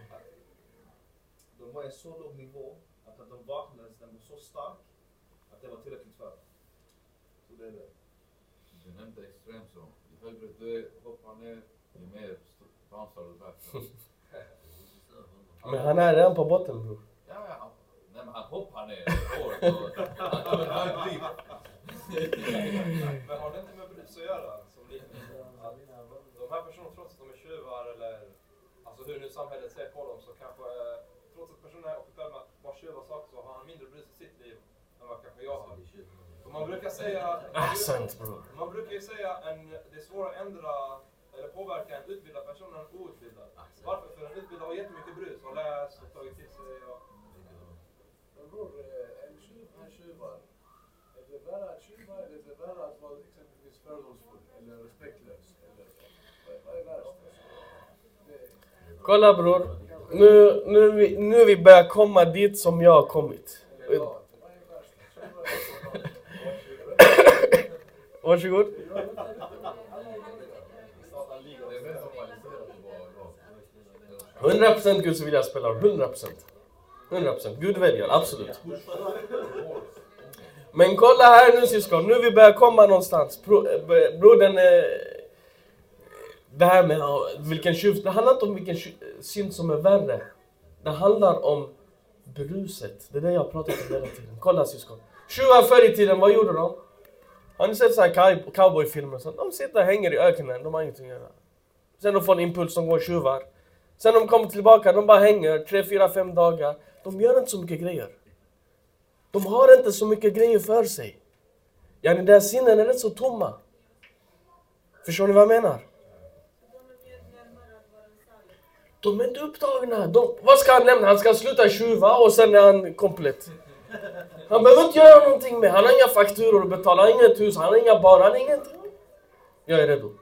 de var i en så låg nivå att de vaknade, den var så stark att det var tillräckligt för. Så det är det. Du nämnde extremzon. Ju högre du hoppar ner, ju mer dansar du där. Men han är redan på botten, bror. Ja. Nej, men han hoppar ner. Han tar en hög liv. Men har det inte med brus att göra? Som att de här personerna, trots att de är tjuvar eller alltså hur nu samhället ser på dem, så kanske trots att personen är ockuperad med att vara tjuva saker, så har han mindre brus i sitt liv än vad kanske jag har. Och man brukar säga... Sant, bror. Man brukar ju säga det är svårt att ändra eller påverkar en utbildad person än en outbildad? Varför? För en utbildad har jättemycket brus och läst och tagit till sig. Men bror, en tjuv, han tjuvar. Är det värre att tjuva eller är det värre att vara exempelvis fördomsfull eller respektlös? Eller, vad är värst? Kolla bror, nu vi börjar komma dit som jag har kommit. Varsågod. 100% Guds vilja spelar, 100%. 100%, Gud väljer, absolut. Men kolla här nu syskon, nu vi börjar komma någonstans. Brodern, det här med vilken tjuv, det handlar inte om vilken synd som är värre. Det handlar om bruset, det är det jag pratar om hela tiden. Kolla syskon, tjuvar förr i tiden, vad gjorde de? Har ni sett så här cowboyfilmer? De sitter och hänger i öknen, de har ingenting att göra. Sen de får en impuls, de går och tjuvar. Sen de kommer tillbaka, de bara hänger 3, 4, 5 dagar. De gör inte så mycket grejer. De har inte så mycket grejer för sig. Ja, deras sinnen är rätt så tomma. Förstår ni vad jag menar? De är inte upptagna. Vad ska han nämna? Han ska sluta tjuva och sen är han komplett. Han behöver inte göra någonting med. Han har inga fakturor att betala, han har inget hus, han har inga barn, han har ingenting. Jag är redo.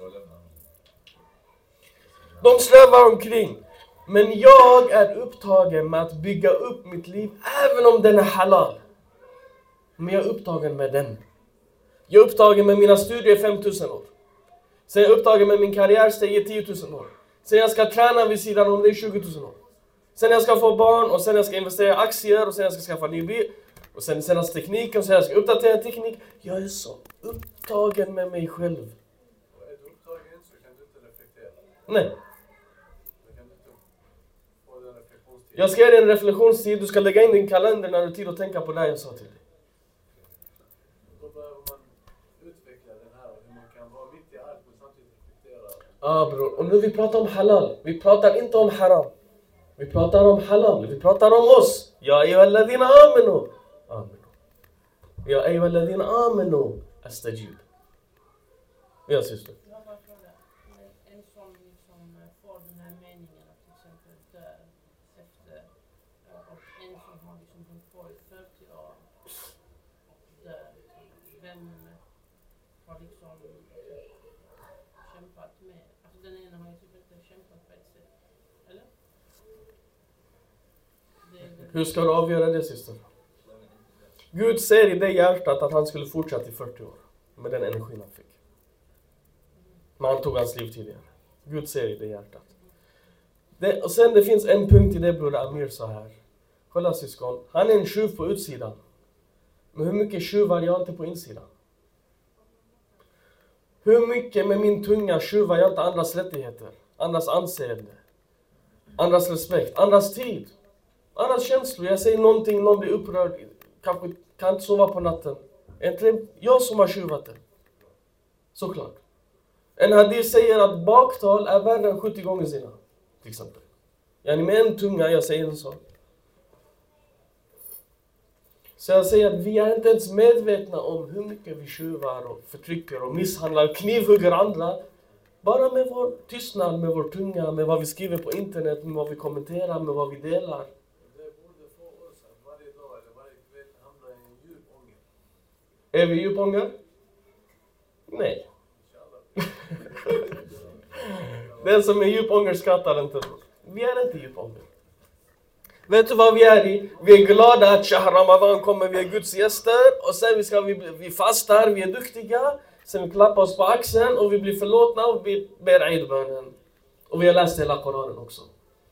De svävar omkring. Men jag är upptagen med att bygga upp mitt liv, även om den är halal. Men jag är upptagen med den. Jag är upptagen med mina studier 5000 år. Sen är jag upptagen med min karriärsteg i 10 000 år. Sen jag ska träna vid sidan om det i 20 000 år. Sen jag ska få barn och sen jag ska investera i aktier och sen jag ska skaffa ny bil. Och sen senaste tekniken och sen jag ska uppdatera teknik. Jag är så upptagen med mig själv. Och är du upptagen så kan du inte reflektera. Nej. Jag ska ge dig en reflektionstid. Du ska lägga in din kalender när du har tid att tänka på det jag sa till dig. Då behöver man utveckla den här och hur man kan vara mitt i allt men samtidigt reflektera. Ja bror, och nu vi pratar om halal. Vi pratar inte om haram. Vi pratar om halal. Vi pratar om oss. Ja, ayyuhalladhina amanu. Amanu. Ja, ayyuhalladhina amanu. Astajib. Ja, syster. Jag har bara en fråga. En som liksom får den här meningen att till exempel dö efter och en som har liksom hållit på i 40 år och dö. Vem har liksom kämpat med? Alltså den ena har ju typ inte kämpat på ett sätt. Eller? Hur ska du avgöra det, syster? Gud ser i det hjärtat att han skulle fortsätta i 40 år. Med den energin han fick. Men han tog hans liv tidigare. Gud ser i det hjärtat. Och sen det finns en punkt i det broder Amir sa här. Kolla syskon. Han är en tjuv på utsidan. Men hur mycket tjuvar jag inte på insidan? Hur mycket med min tunga tjuvar jag inte andras rättigheter? Andras anseende? Andras respekt? Andras tid? Andras känslor? Jag säger någonting, någon blir upprörd. Kanske kan inte sova på natten. Är inte det jag som har tjuvat det? Såklart. En hadith säger att baktal är värre än 70 gånger sina. Till exempel. Yani med en tunga, jag säger en sak. Så jag säger att vi är inte ens medvetna om hur mycket vi tjuvar och förtrycker och misshandlar och knivhugger andra. Bara med vår tystnad, med vår tunga, med vad vi skriver på internet, med vad vi kommenterar, med vad vi delar. Det borde få oss att varje dag eller varje kväll hamna i en djup ånger. Är vi djup ånger? Nej. Den som är djup ånger skrattar inte. Vi är inte djup ånger. Vet du vad vi är i? Vi är glada att Shahr Ramadan kommer, vi är Guds gäster. Och sen vi fastar, vi är duktiga. Sen vi klappar oss på axeln och vi blir förlåtna och vi ber Eidbönen. Och vi har läst hela Koranen också.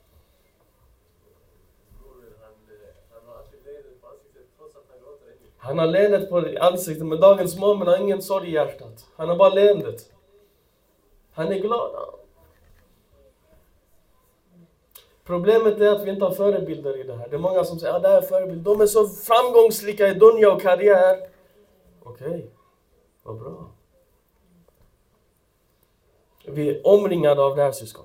Han har leendet på ansiktet, men dagens mu'min har ingen sorg i hjärtat. Han har bara leendet. Han är glad. Problemet är att vi inte har förebilder i det här. Det är många som säger att det här är förebild. De är så framgångsrika i dunya och karriär. Okej, vad bra. Vi är omringade av det här, syskon.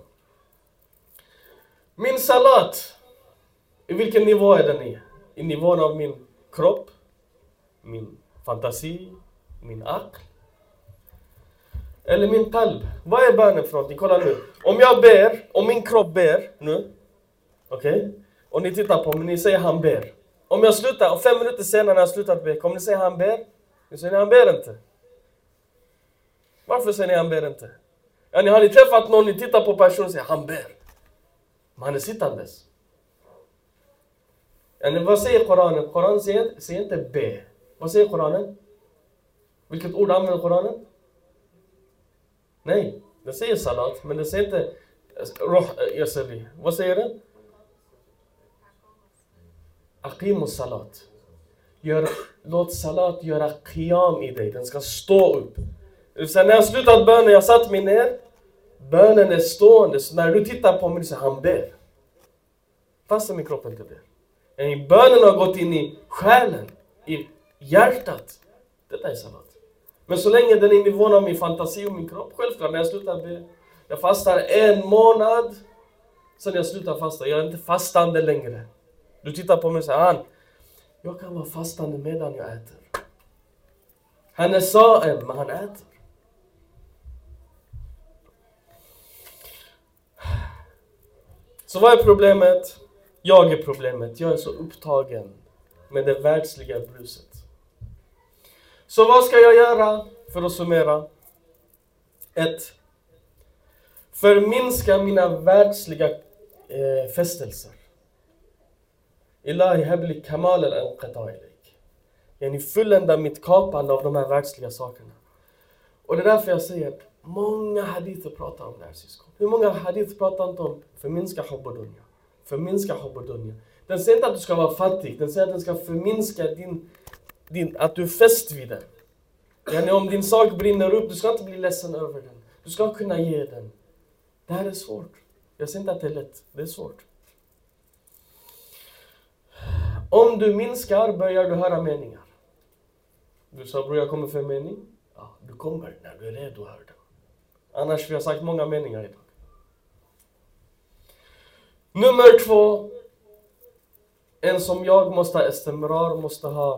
Min salat. I vilken nivå är den i? I nivån av min kropp, min fantasi, min aql. Eller min qalb. Vad är bönen för någonting? Kolla nu. Om jag ber, om min kropp ber nu. Okej? Och ni tittar på mig, ni säger han ber. Om jag slutar, och 5 minuter senare när jag slutat be, kommer ni säga han ber? Ni säger han ber inte. Varför säger ni han ber inte? Ja, ni har ni träffat någon, ni tittar på personen och säger han ber. Men han är sittandes. Ja, vad säger Koranen? Koranen säger inte be. Vad säger Koranen? Vilket ord använder Koranen? Nej, det säger salat, men det säger inte roh yasali. Vad säger det? Aqimus salat. Låt salat göra qiyam i dig. Den ska stå upp. Sen när jag slutat bönen, jag satt mig ner. Bönen är stående. Så när du tittar på mig så han ber. Fast min kropp inte ber. Bönen har gått in i själen. I hjärtat. Detta är salat. Men så länge den är i nivån av min fantasi och min kropp. Självklart när jag slutar be. Jag fastar 1 månad. Sen jag slutar fasta. Jag är inte fastande längre. Du tittar på mig och säger jag kan vara fastande medan jag äter. Han är saem, men han äter. Så vad är problemet? Jag är problemet. Jag är så upptagen med det världsliga bruset. Så vad ska jag göra för att summera? 1. Förminska mina världsliga festelser. Ilahi habli kamal al-anqata ilayk. Yani fullända mitt kapande av de här världsliga sakerna. Och det är därför jag säger många hadither pratar om det här, syskon. Hur många hadither pratar inte om förminska hubb och dunya? Förminska hubb och dunya. Den säger inte att du ska vara fattig. Den säger att den ska förminska att du är fäst vid den. Yani om din sak brinner upp, du ska inte bli ledsen över den. Du ska kunna ge den. Det här är svårt. Jag säger inte att det är lätt. Det är svårt. Om du minskar börjar du höra meningar. Du sa, bror, jag kommer för en mening. Ja, du kommer när du är redo att höra den. Annars vi har sagt många meningar idag. Nummer 2. En som jag måste ha estimrar, måste ha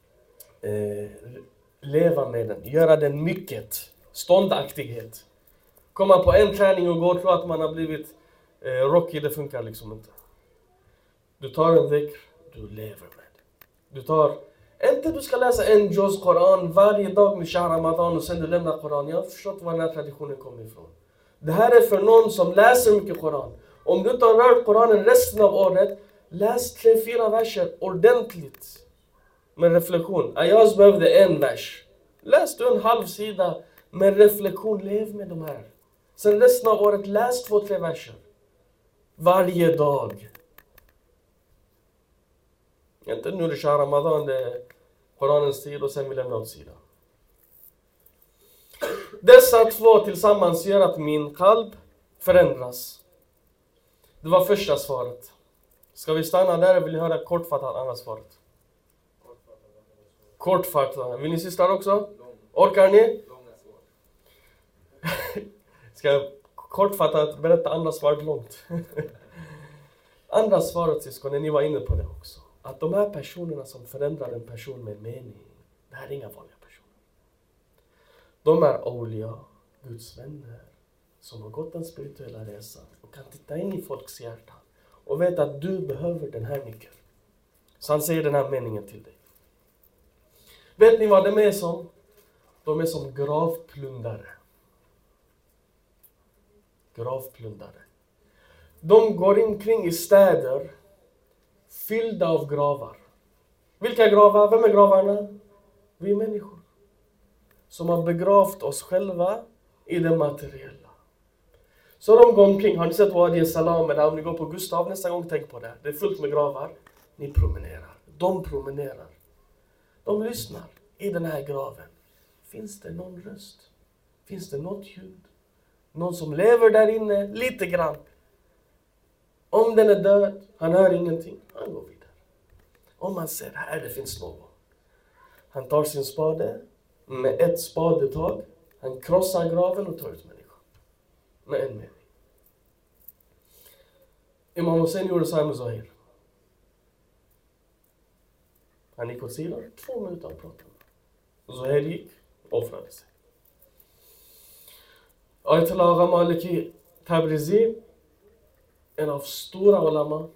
leva med den. Göra den mycket. Ståndaktighet. Komma på en träning och gå och tro att man har blivit rocky, det funkar liksom inte. Du tar en dhikr, du lever med det. Du tar, inte du ska läsa en juz Koran varje dag med Shahr Ramadan och sen du lämnar Koran. Jag har förstått var den här traditionen kommer ifrån. Det här är för någon som läser mycket Koran. Om du inte har rört Koranen resten av året, läs 3-4 verser ordentligt. Med reflektion. Ayaz behövde 1 vers. Läs du en halv sida med reflektion, lev med de här. Sen resten av året, läs 2-3 verser. Varje dag. Inte nu det Shahr Ramadan, det är Koranens tid och sen vi lämnar åt sidan. Dessa 2 tillsammans gör att min qalb förändras. Det var första svaret. Ska vi stanna där eller vill ni höra kortfattat andra svaret? Kortfattat. Vill ni sista också? Orkar ni? Ska jag kortfattat berätta andra svaret långt? Andra svaret, syskon, ni var inne på det också. Att de här personerna som förändrar en person med mening, det här är inga vanliga personer. De är awliya, Guds vänner, som har gått den spirituella resan och kan titta in i folks hjärtan och vet att du behöver den här nyckeln. Så han säger den här meningen till dig. Vet ni vad de är som? De är som gravplundare. Gravplundare. De går omkring i städer fyllda av gravar. Vilka gravar? Vem är gravarna? Vi människor. Som har begravt oss själva i det materiella. Så de går omkring. Har ni sett Wadi Salam? Eller om ni går på Gustav nästa gång, tänk på det. Det är fullt med gravar. Ni promenerar. De promenerar. De lyssnar i den här graven. Finns det någon röst? Finns det något ljud? Någon som lever där inne? Lite grann. Om den är död, han hör ingenting. Han går vidare. Om man ser här det finns någon. Han tar sin spade. Med ett spadetag. Han krossar graven och tar ut människan. Med en mening. Imam Hussein gjorde så här med Zahir. Han gick åt sidan. 2 minuter och pratade. Zahir gick och offrade sig. Ayatollah Maliki Tabrizi, en av stora ulama,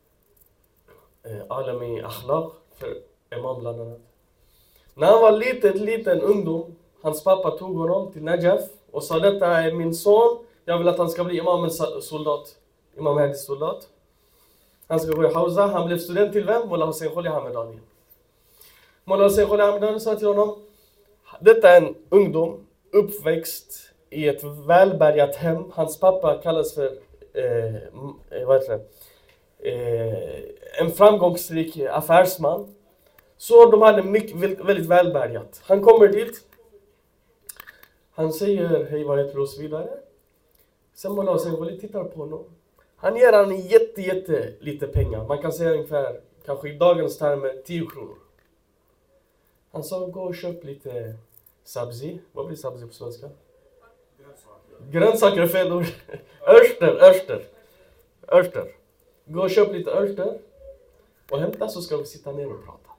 alam i akhlaq för imam bland annat. När han var liten ungdom, hans pappa tog honom till Najaf och sa detta är min son, jag vill att han ska bli imamens soldat, Imam Hadis soldat. Han ska gå i Hausa, han blev student till vem? Mullah Hussein Kholi Hamedani. Mullah Hussein Kholi Hamedani sa till honom, detta är en ungdom uppväxt i ett välbärgat hem. Hans pappa kallas för en framgångsrik affärsman. Så de hade väldigt välbärgat. Han kommer dit. Han säger hej vad heter du och så vidare. Sen Mullah Hussein Kholi tittar på honom. Han ger han jätte lite pengar. Man kan säga ungefär, kanske i dagens termer, 10 kronor. Han sa, gå och köp lite sabzi. Vad blir sabzi på svenska? Grönsaker är fel ord. Örter. Gå och köp lite örter. Och hämta så ska vi sitta ner och prata.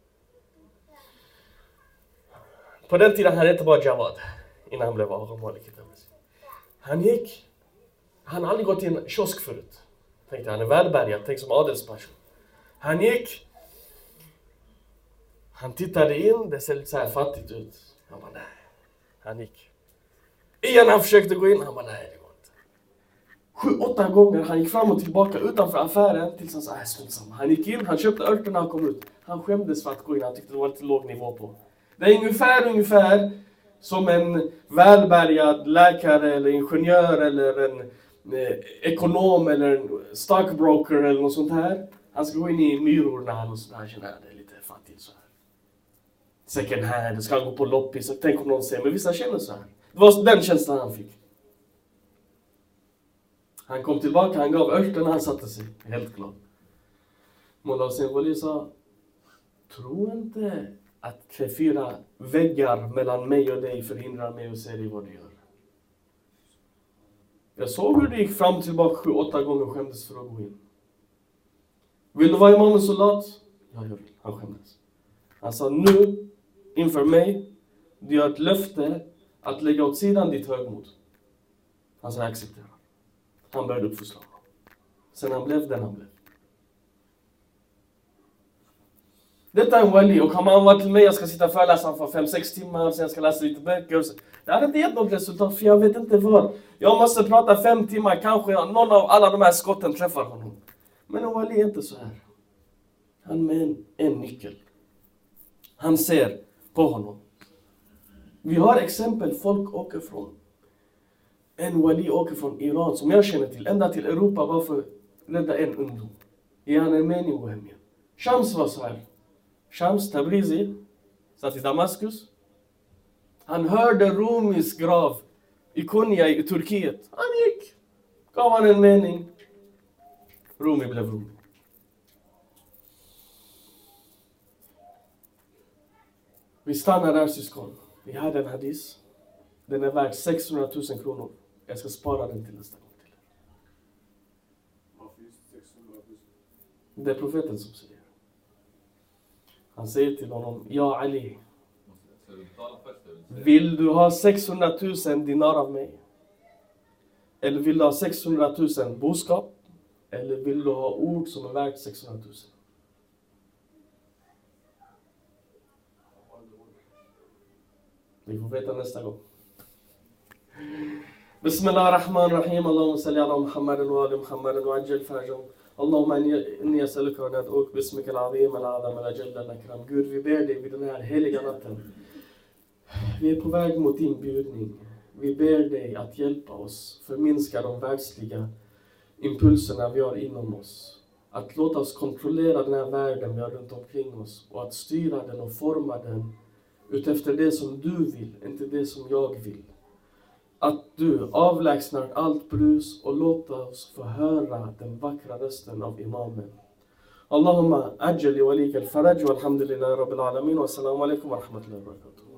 På den tiden han hette bara Jawad. Innan han blev Agha Maliki Tabrizi. Han gick. Han har aldrig gått till en kiosk förut. Tänkte han är välbärgad, tänk som adelsperson. Han gick. Han tittade in, det ser lite så här fattigt ut. Han bara nej. Han gick. Igen han försökte gå in, han bara nej det går inte. 7-8 gånger han gick fram och tillbaka utanför affären tills han sa han gick in, han köpte örterna och kom ut. Han skämdes för att gå in, han tyckte det var lite låg nivå på. Det är ungefär som en välbärgad läkare eller ingenjör eller en ekonom eller en stockbroker eller något sånt här. Han ska gå in i myrorna och sådär, känner det är lite fattigt så här. Second hand, ska han gå på loppis, tänk om någon säger, men vissa känner så här. Det var den känslan han fick. Han kom tillbaka, han gav örten, han satte sig, helt klart. Mullah Hussein Kholi sa, tro inte att 3-4 väggar mellan mig och dig förhindrar mig att se dig vad du gör. Jag såg hur det gick fram och tillbaka 7-8 gånger och skämdes för att gå in. Vill du vara imamens soldat? Ja, jag vill. Han skämdes. Han sa, nu, inför mig, du har ett löfte att lägga åt sidan ditt högmod. Han sa, jag accepterar. Han började uppfostra. Sen han blev den han blev. Detta är en wali, och kan man vara till mig, jag ska sitta och föreläsa för 5-6 timmar, sen jag ska läsa lite böcker. Det hade inte gett något resultat, för jag vet inte vad. Jag måste prata 5 timmar, kanske någon av alla de här skotten träffar honom. Men en wali är inte så här. Han med en nyckel. Han ser på honom. Vi har exempel, folk åker från. En wali åker från Iran, som jag känner till, ända till Europa, bara för att rädda en ungdom. I Armenien och hemma. Shams var så här. Shams Tabrizi satt i Damaskus. Han hörde Rumis grav i Konya i Turkiet. Han gick. Gav han en mening. Rumi blev Rumi. Vi stannar där, syskon. Vi hade en hadis. Den är värd 600 000 kronor. Jag ska spara den till nästa gång till er. Varför just 600 000? Det är profeten som säger. Han säger till honom, ja Ali. Vill du ha 600 000 dinar av mig? Eller vill du ha 600 000 boskap? Eller vill du ha ord som är värt 600 000? Vi får veta nästa gång. Bismillahirrahmanirrahim. Allahumma salli ala Muhammadin wa ali Muhammadin wa ajjal farajahum. Allahumma inni as'aluka wa nad'uka bismika al-azim al-azam al-jalla al-akram. Gud, vi ber dig vid den här heliga natten. Vi är på väg mot din bjudning. Vi ber dig att hjälpa oss förminska de världsliga impulserna vi har inom oss. Att låta oss kontrollera den här världen vi har runt omkring oss. Och att styra den och forma den utefter det som du vill, inte det som jag vill. Att du avlägsnar allt brus och låter oss få höra den vackra rösten av imamen. Allahumma ajjali walika al-faraj walhamdulillahi rabbil alamin wa assalamu alaikum wa rahmatullahi wa barakatuh.